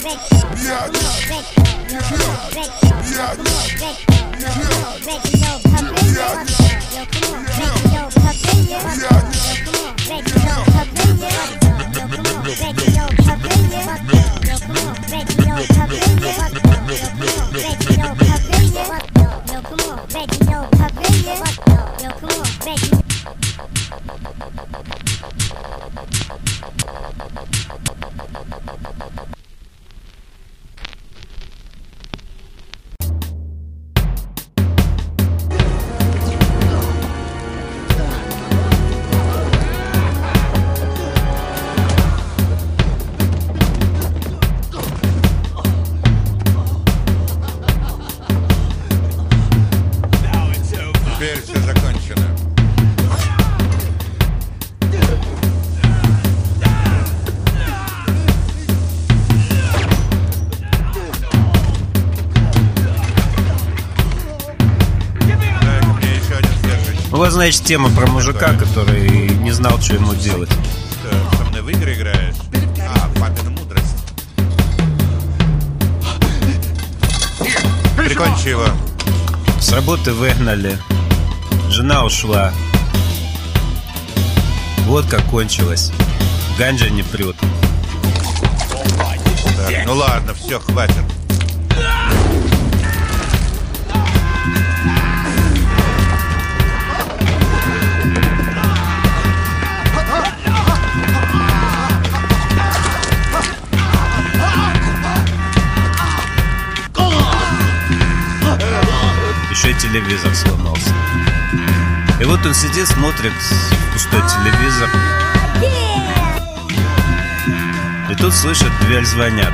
Теперь все закончено. Дай-ка мне еще один свежий. У вас, значит, тема про мужика, который не знал, что ему делать. Что, со мной в игры играешь? А, папина мудрость. Прикончи его. С работы выгнали. Жена ушла. Вот как кончилось. Ганджа не прет. Так, ну ладно, все, хватит. Еще и телевизор сломался. И вот он сидит, смотрит в пустой телевизор. И тут слышит, в дверь звонят.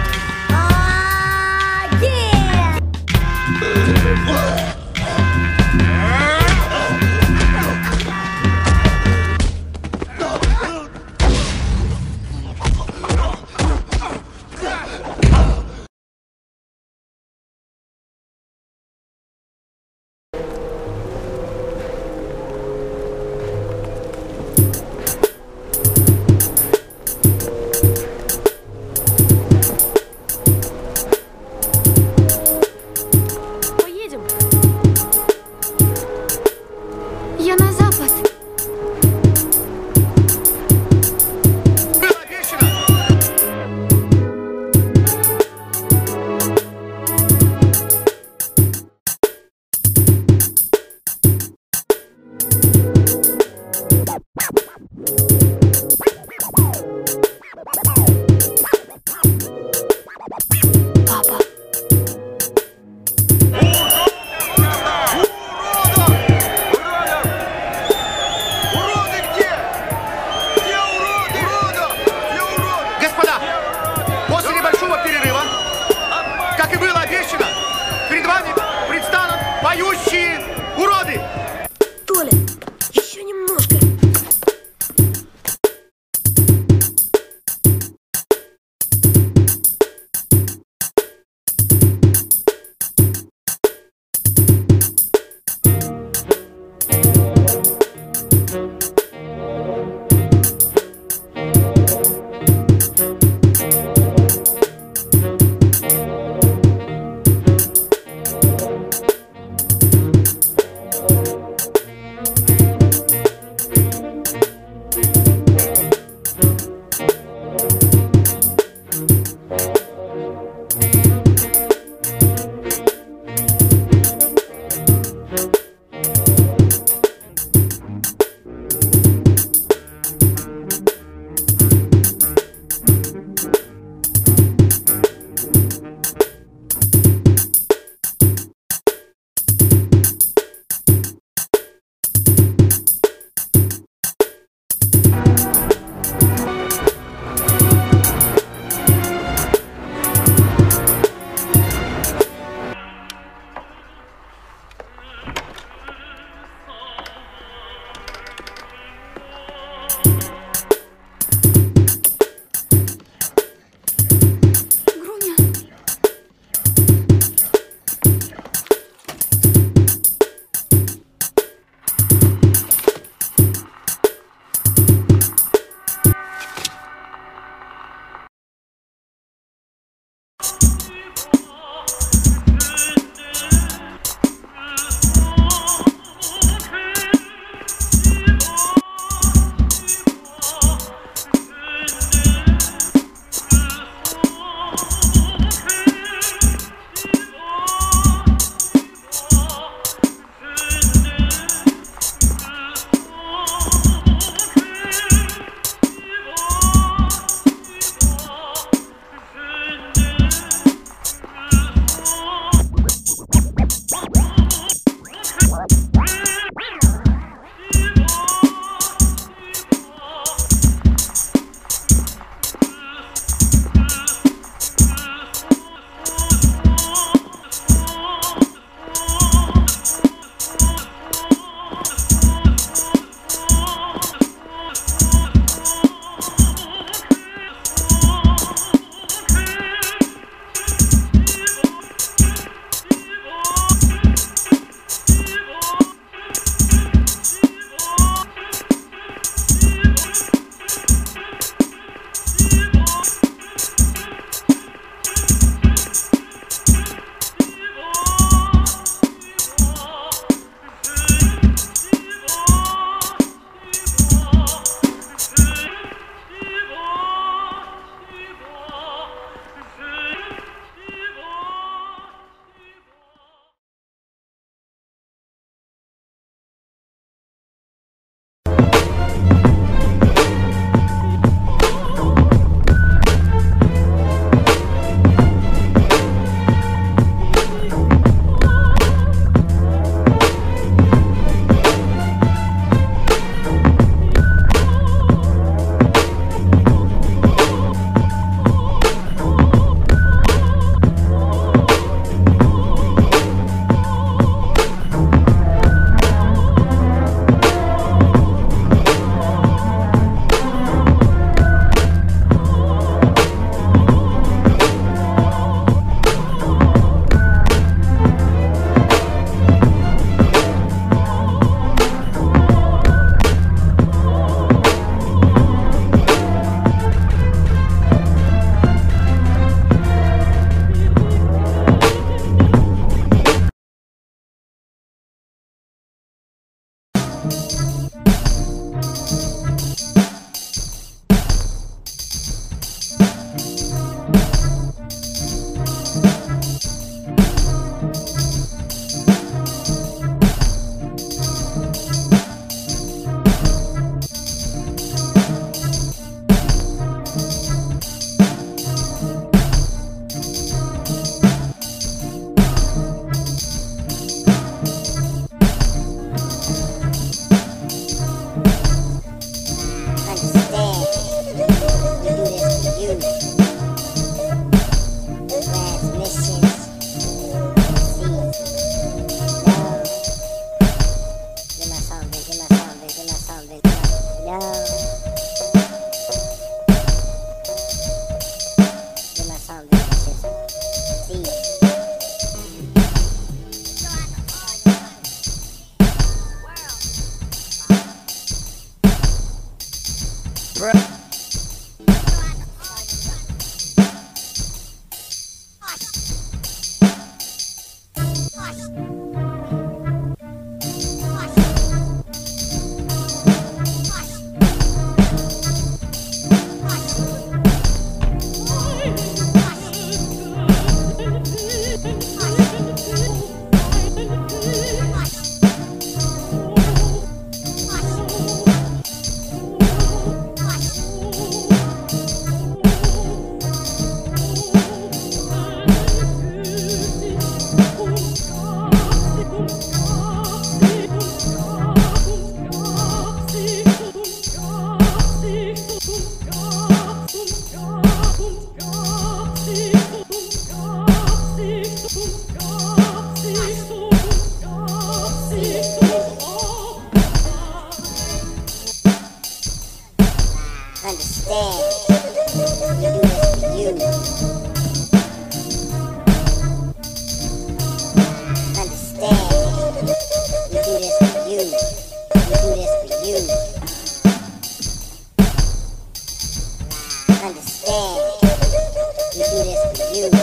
understand. We do this for you.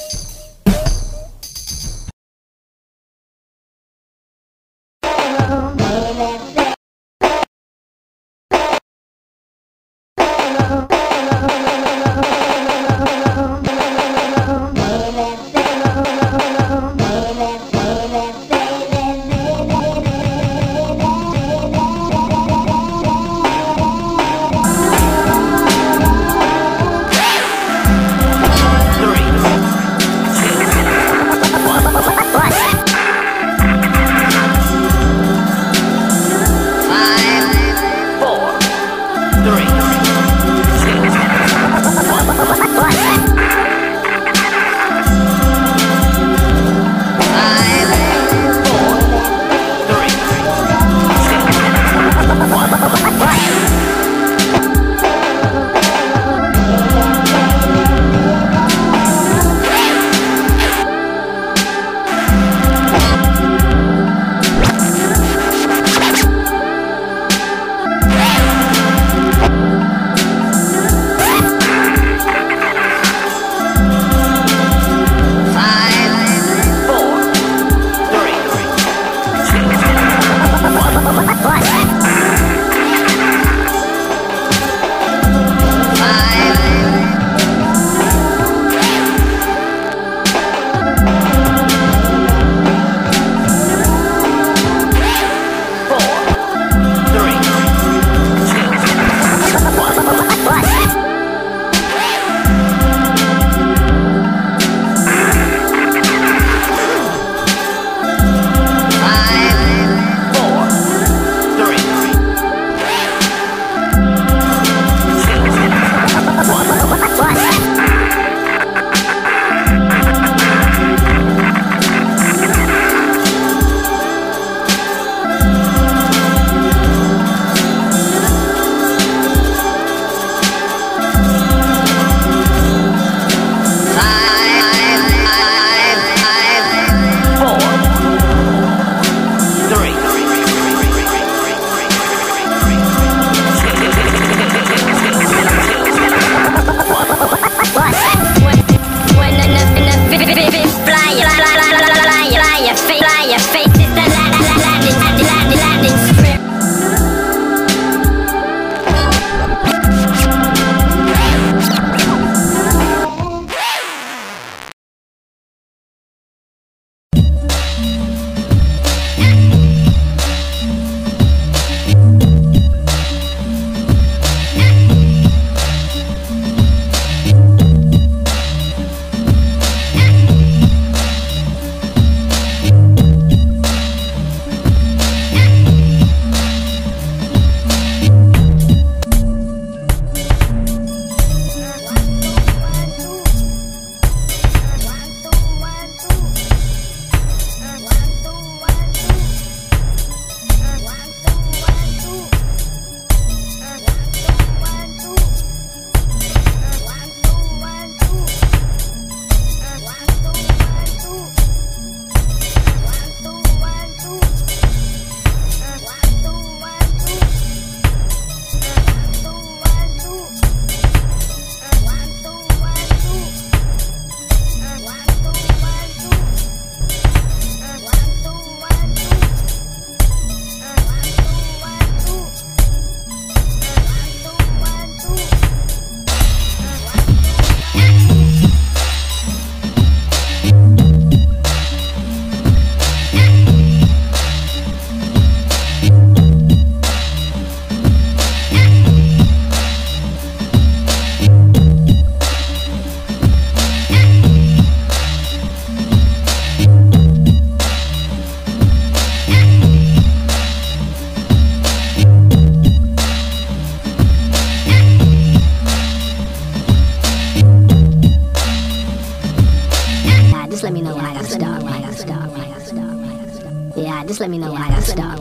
just let me know when I gotta stop.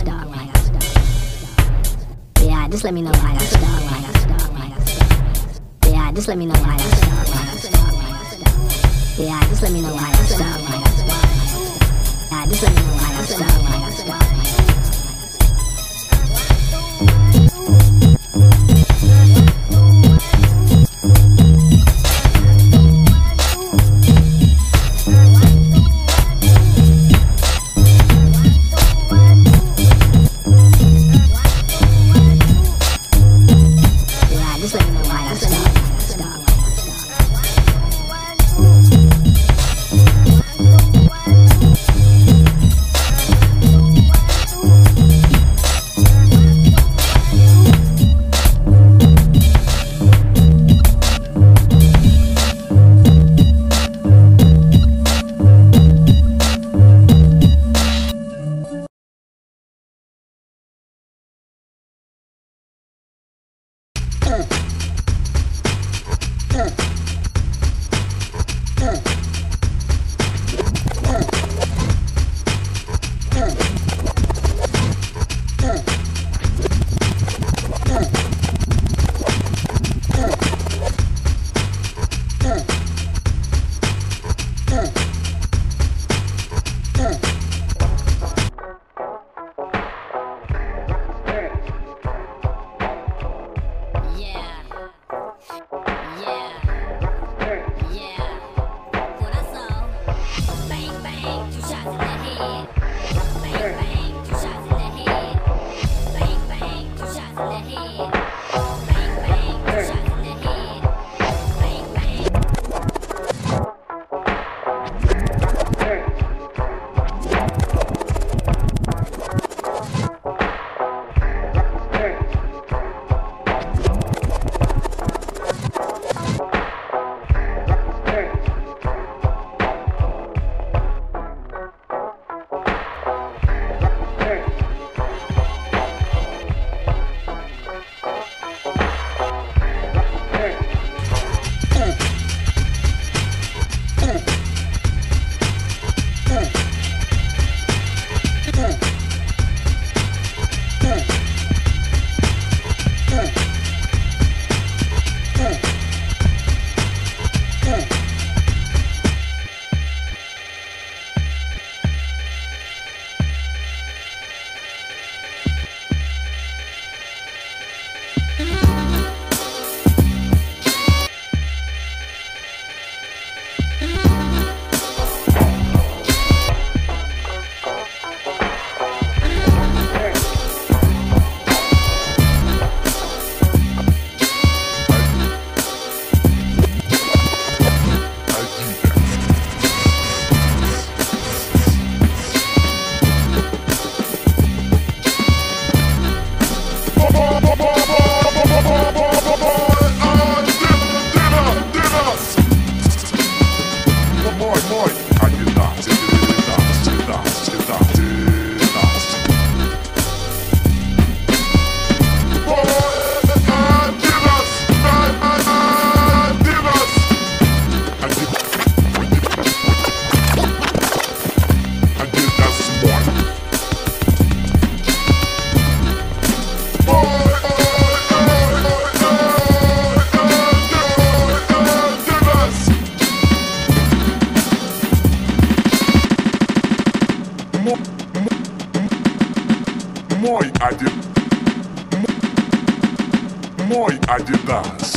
Yeah, just let me know when I gotta stop. Yeah, just let me know when I gotta stop. Yeah, just let me know when I gotta stop. Yeah, just let me know when I gotta stop. Adidas.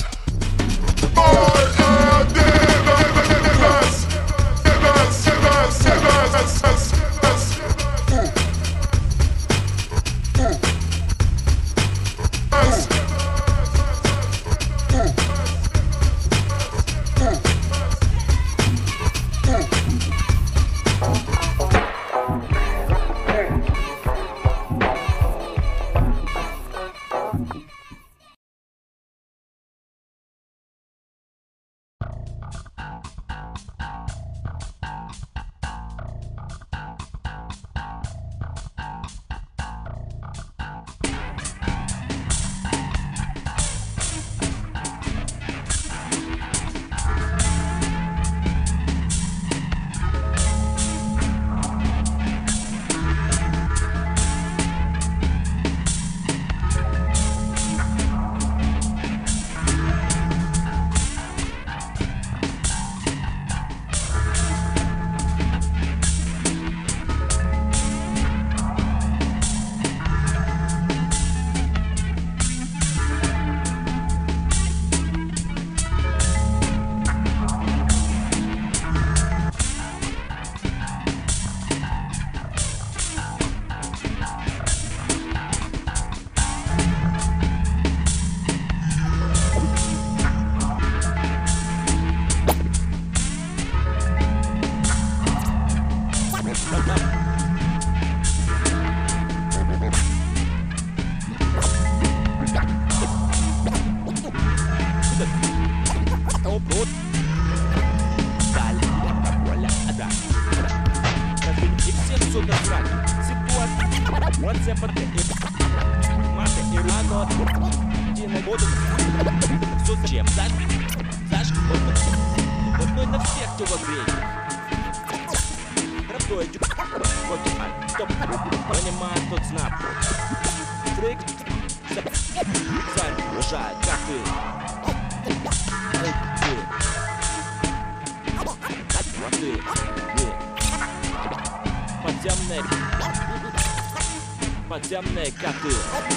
Подземные коты.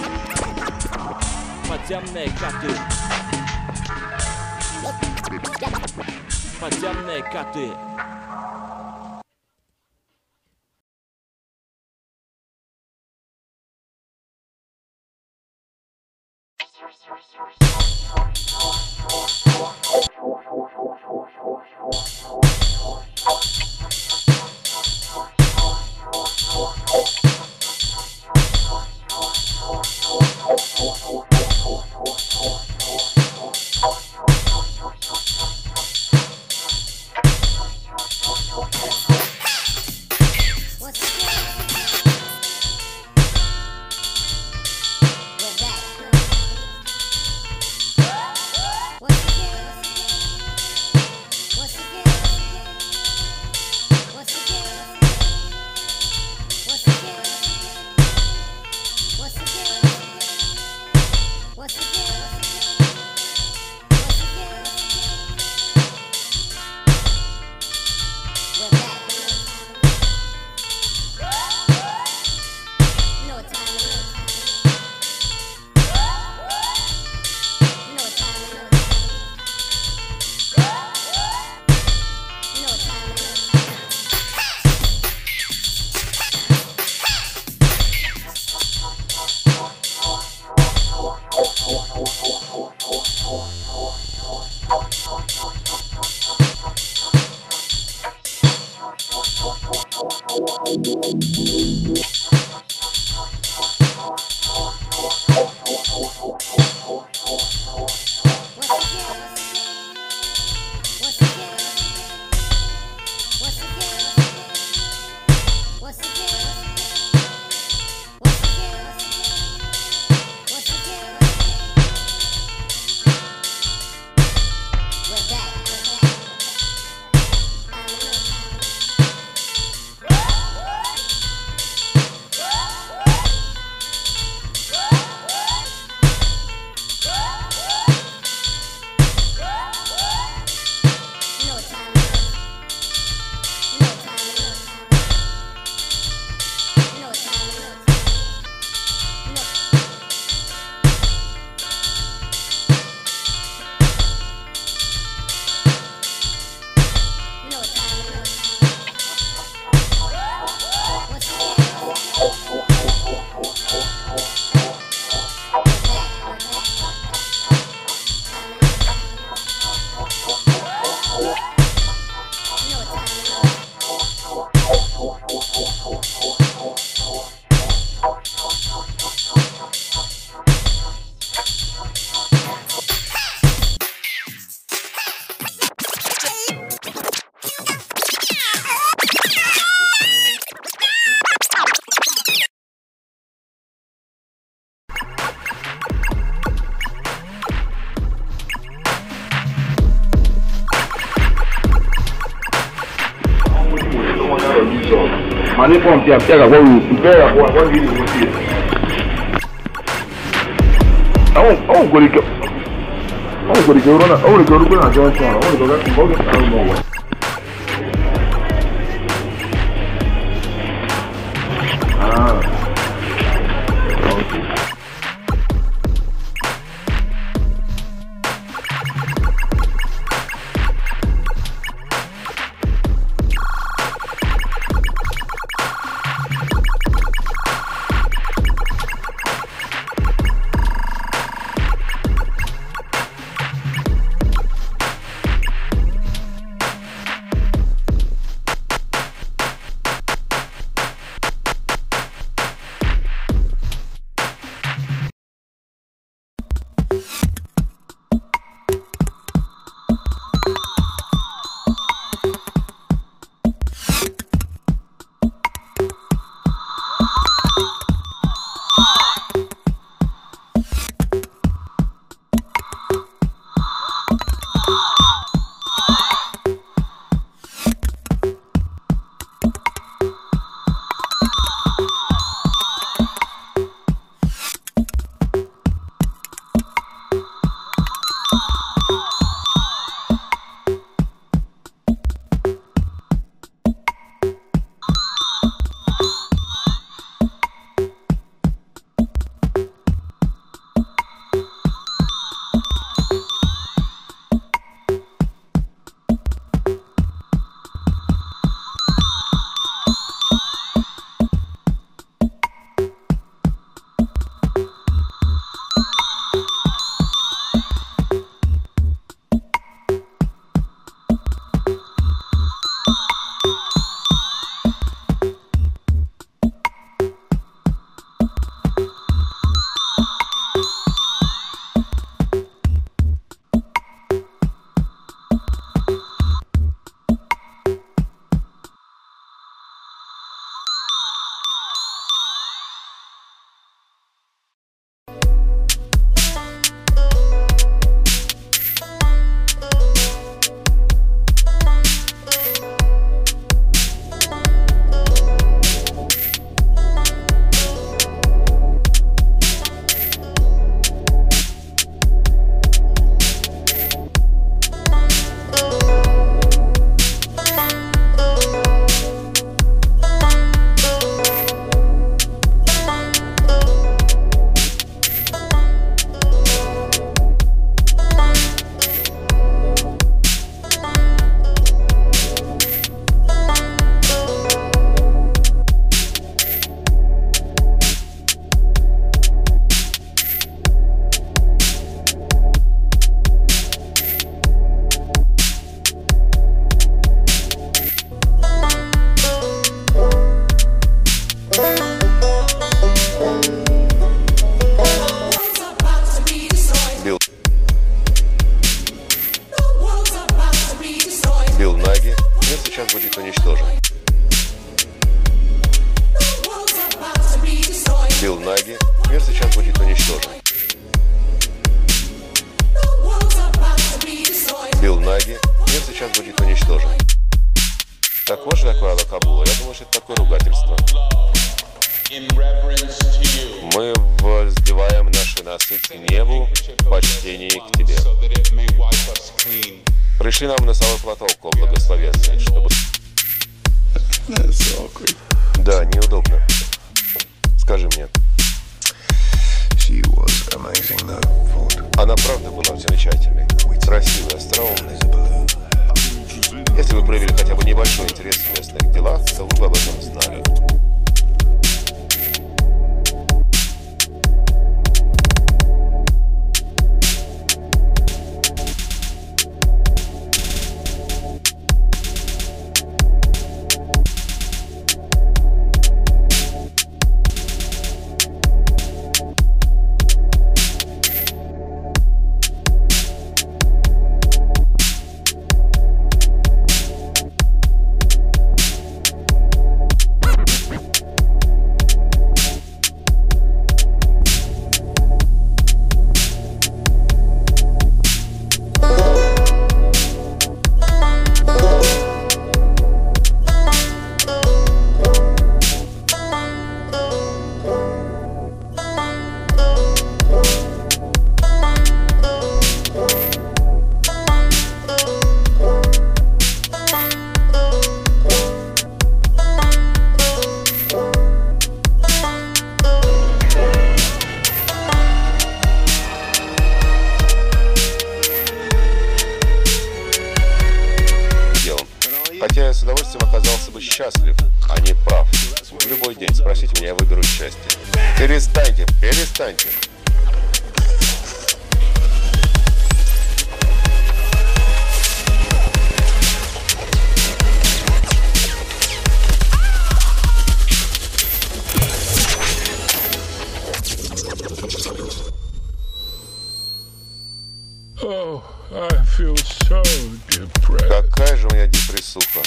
Подземные коты. Подземные коты. Ma ne pompi a piega con vera qua di così. Quelli che ora già sono, ora che un po' che stanno nuovo. Мы воздеваем наши носы к небу в почтении к Тебе. Пришли нам носовой платок, о благословенный, чтобы... Да, неудобно. Скажи мне. Она правда была замечательной, красивой, остроумной. Если вы проявили хотя бы небольшой интерес в местных делах, то вы бы об этом знали. я с удовольствием оказался бы счастлив, а не прав. В любой день спросите меня, я выберу счастье. Перестаньте, перестаньте. Oh, I feel so depressed. Какая же у меня депрессуха.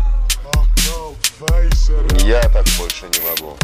Я так больше не могу.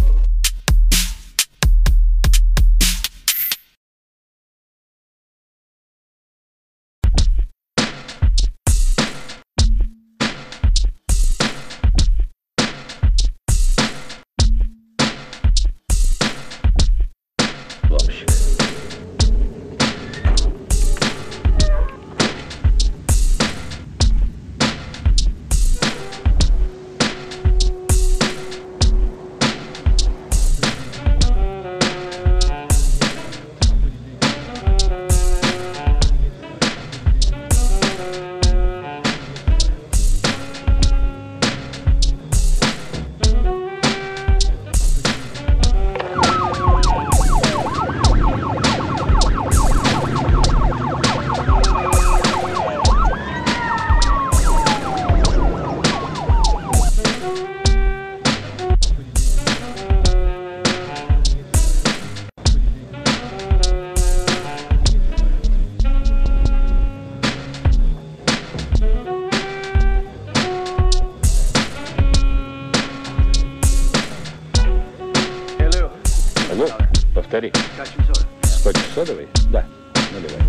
Повтори. Скотч содовый? Да, наливай.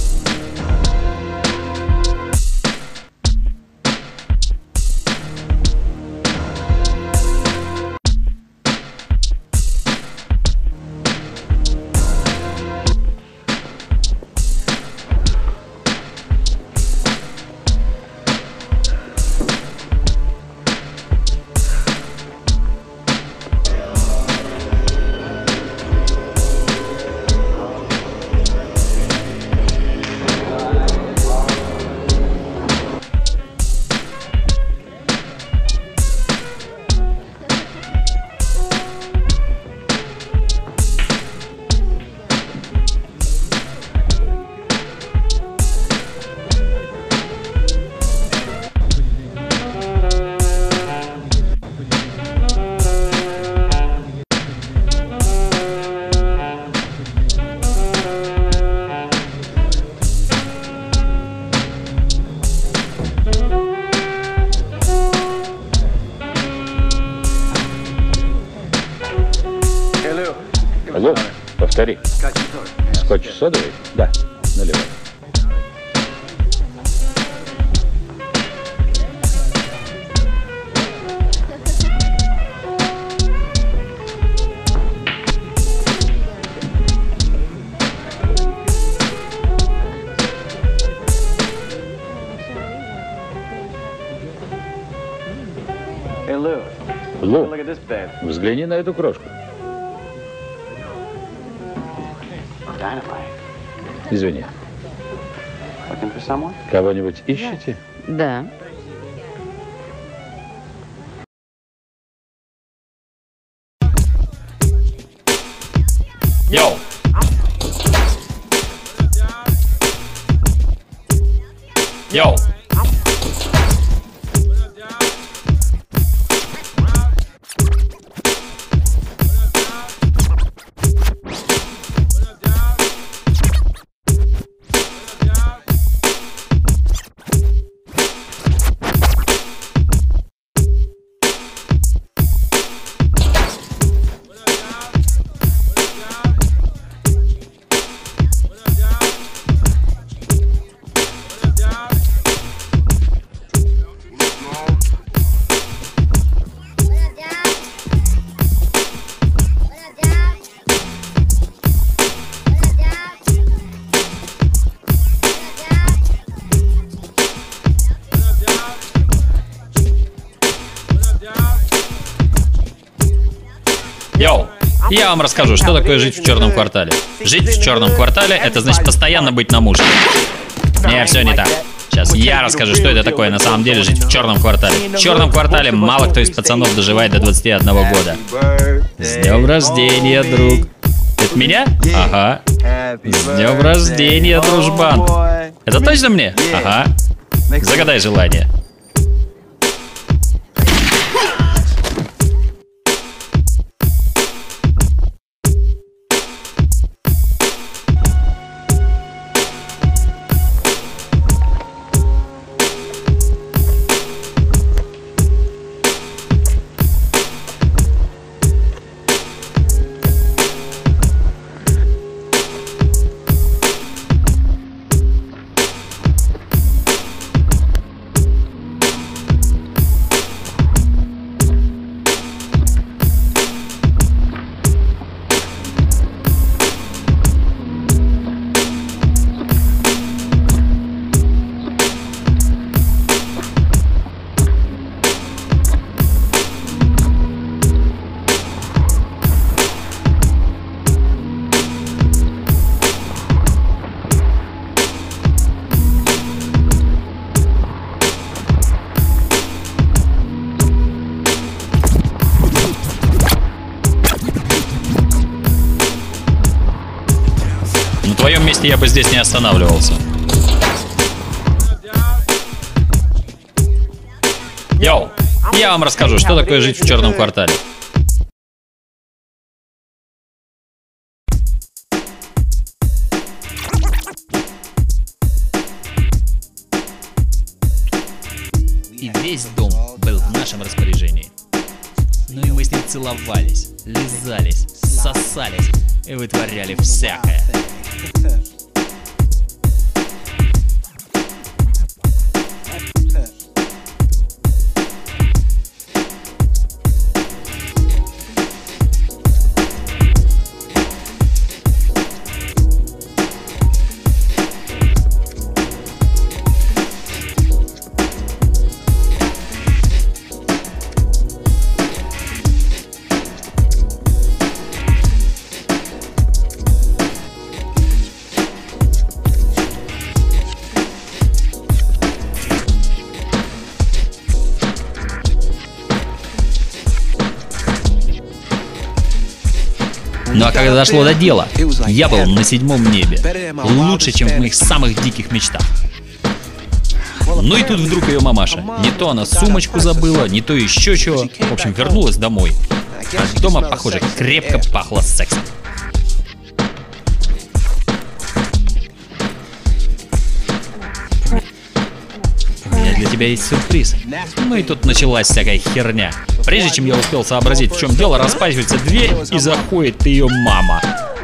Алло, повтори. Скотч содовый? Да, наливай. Лу, взгляни на эту крошку. Извини. Кого-нибудь ищете? Да. Йоу! Йоу! Йоу, я вам расскажу, что такое жить в черном квартале. Жить в черном квартале — это значит постоянно быть на мушке. Не, все не так. Сейчас я расскажу, что это такое на самом деле жить в черном квартале. В черном квартале мало кто из пацанов доживает до 21 года. С днем рождения, друг. Это меня? Ага. С днем рождения, дружбан. Это точно мне? Ага. Загадай желание. На твоем месте я бы здесь не останавливался. Йоу, я вам расскажу, что такое жить в черном квартале. И весь дом был в нашем распоряжении. Ну и мы с ним целовались, лизались, сосались и вытворяли всякое. Ну а когда дошло до дела, я был на 7-м небе. Лучше, чем в моих самых диких мечтах. Ну и тут вдруг ее мамаша. Не то она сумочку забыла, не то еще чего. В общем, вернулась домой. А дома, похоже, крепко пахло сексом. У меня для тебя есть сюрприз. Ну и тут началась всякая херня. Прежде чем я успел сообразить, в чем дело, распахивается дверь и заходит ее мама.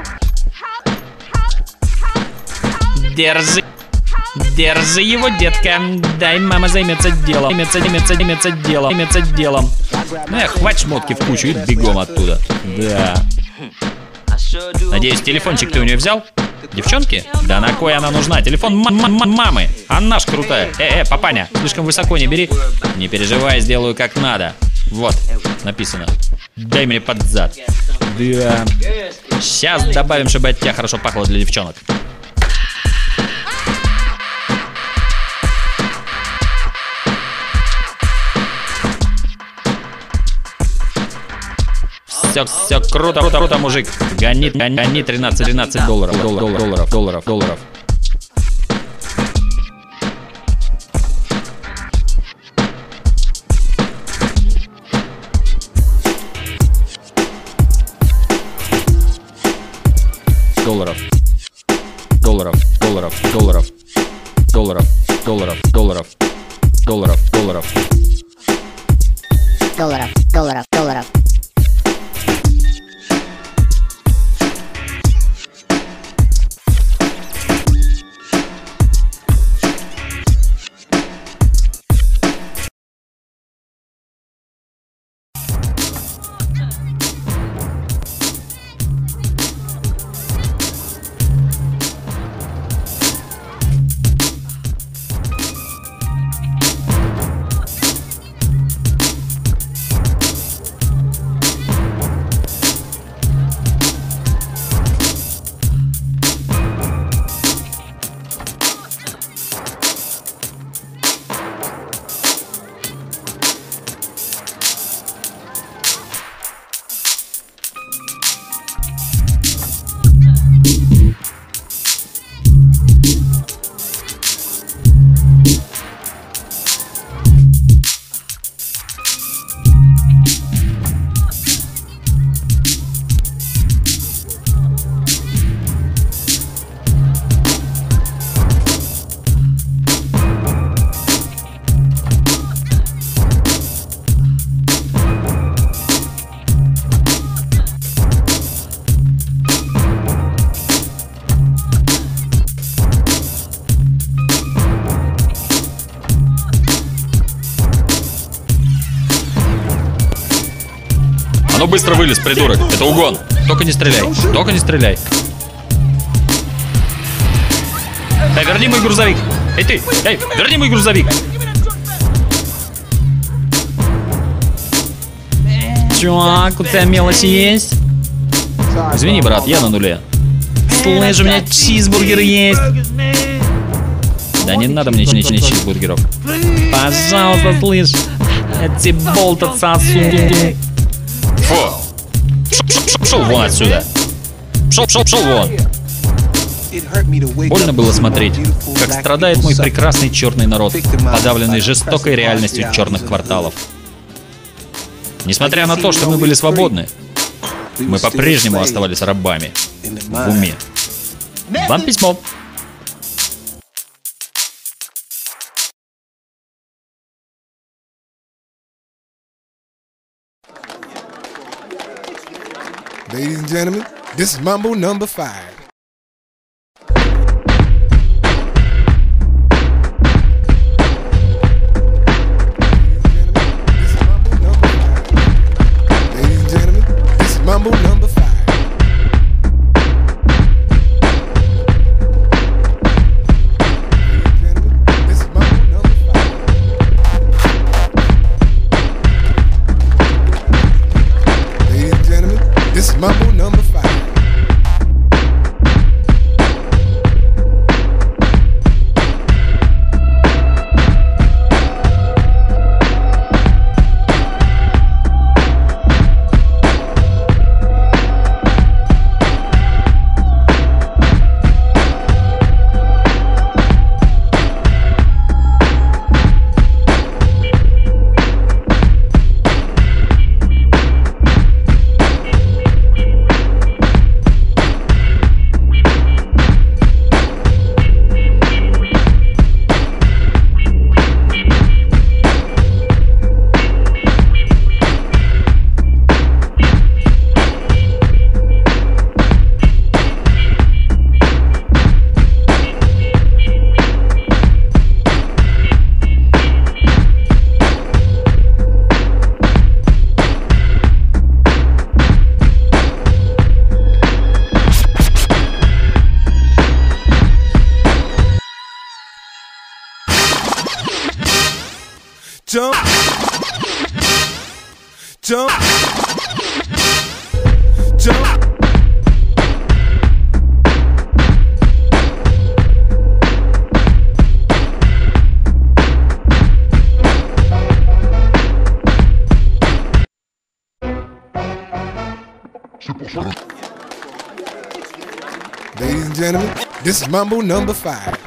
Держи. Держи его, детка. Дай мама займется делом. Займется делом. Ну я хватит шмотки в кучу и бегом оттуда. Да. Надеюсь, телефончик ты у нее взял? Девчонки? Да на кой она нужна? Телефон мамы. Она ж крутая. Папаня, слишком высоко не бери. Не переживай, сделаю как надо. Вот, написано. Дай мне под зад. Да. Сейчас добавим, чтобы от тебя хорошо пахло для девчонок. Все круто, мужик. Гони 13 долларов. Долларов. ну быстро вылез, придурок. Это угон. Только не стреляй. Только не стреляй. Эй, верни мой грузовик. Эй, ты. Эй, верни мой грузовик. Чувак, у тебя мелочь есть? Извини, брат, я на нуле. Слышь, у меня чизбургер есть. Да не надо мне чизбургеров. Пожалуйста, слышь. Эти болт отсосу. Фу. Пшел вон отсюда. Пшел вон. Больно было смотреть, как страдает мой прекрасный черный народ, подавленный жестокой реальностью черных кварталов. Несмотря на то, что мы были свободны, мы по-прежнему оставались рабами в уме. Вам письмо. Ladies and gentlemen, this is Mambo number 5. Mambo number 5. This is Mambo number 5. Ladies and gentlemen, this is Mambo number 5. Jump, jump, jump. Ladies and gentlemen, this is Mambo number 5.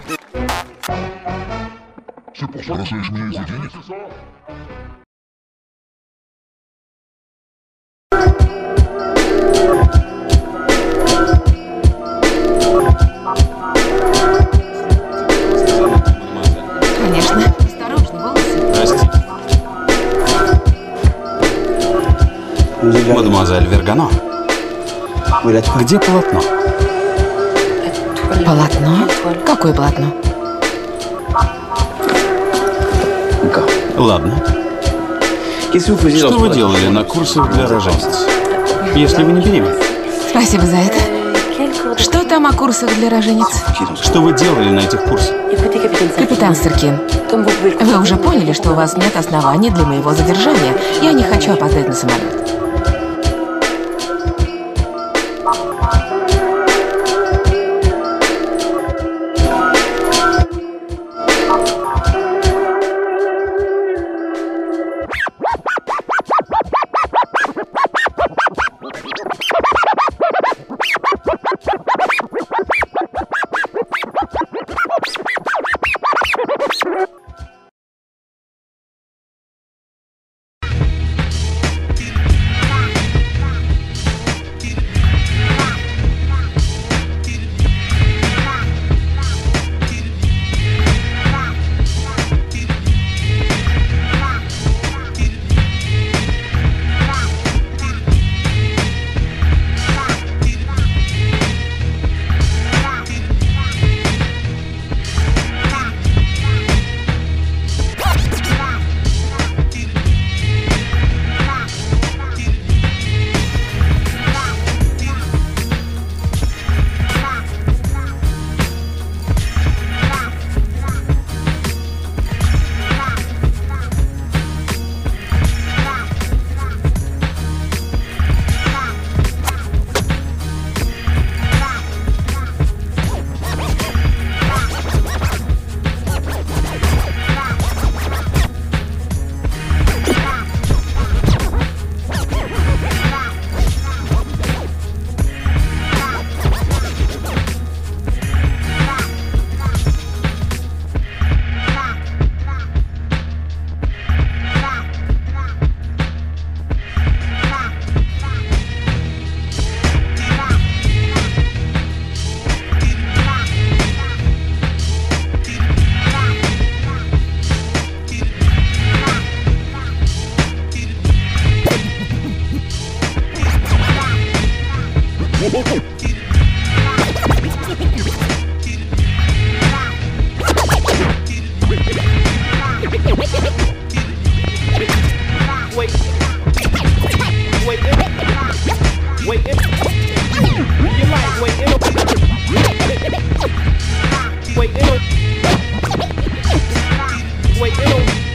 Конечно. Осторожно, волосы. Простите. Мадемуазель Вергано. Где полотно? Полотно? Какое полотно? Ладно. Что вы делали на курсах для рожениц? Если вы не беременны. Спасибо за это. Что там о курсах для рожениц? Что вы делали на этих курсах? Капитан Стеркин, вы уже поняли, что у вас нет оснований для моего задержания. Я не хочу опоздать на самолет. way ill.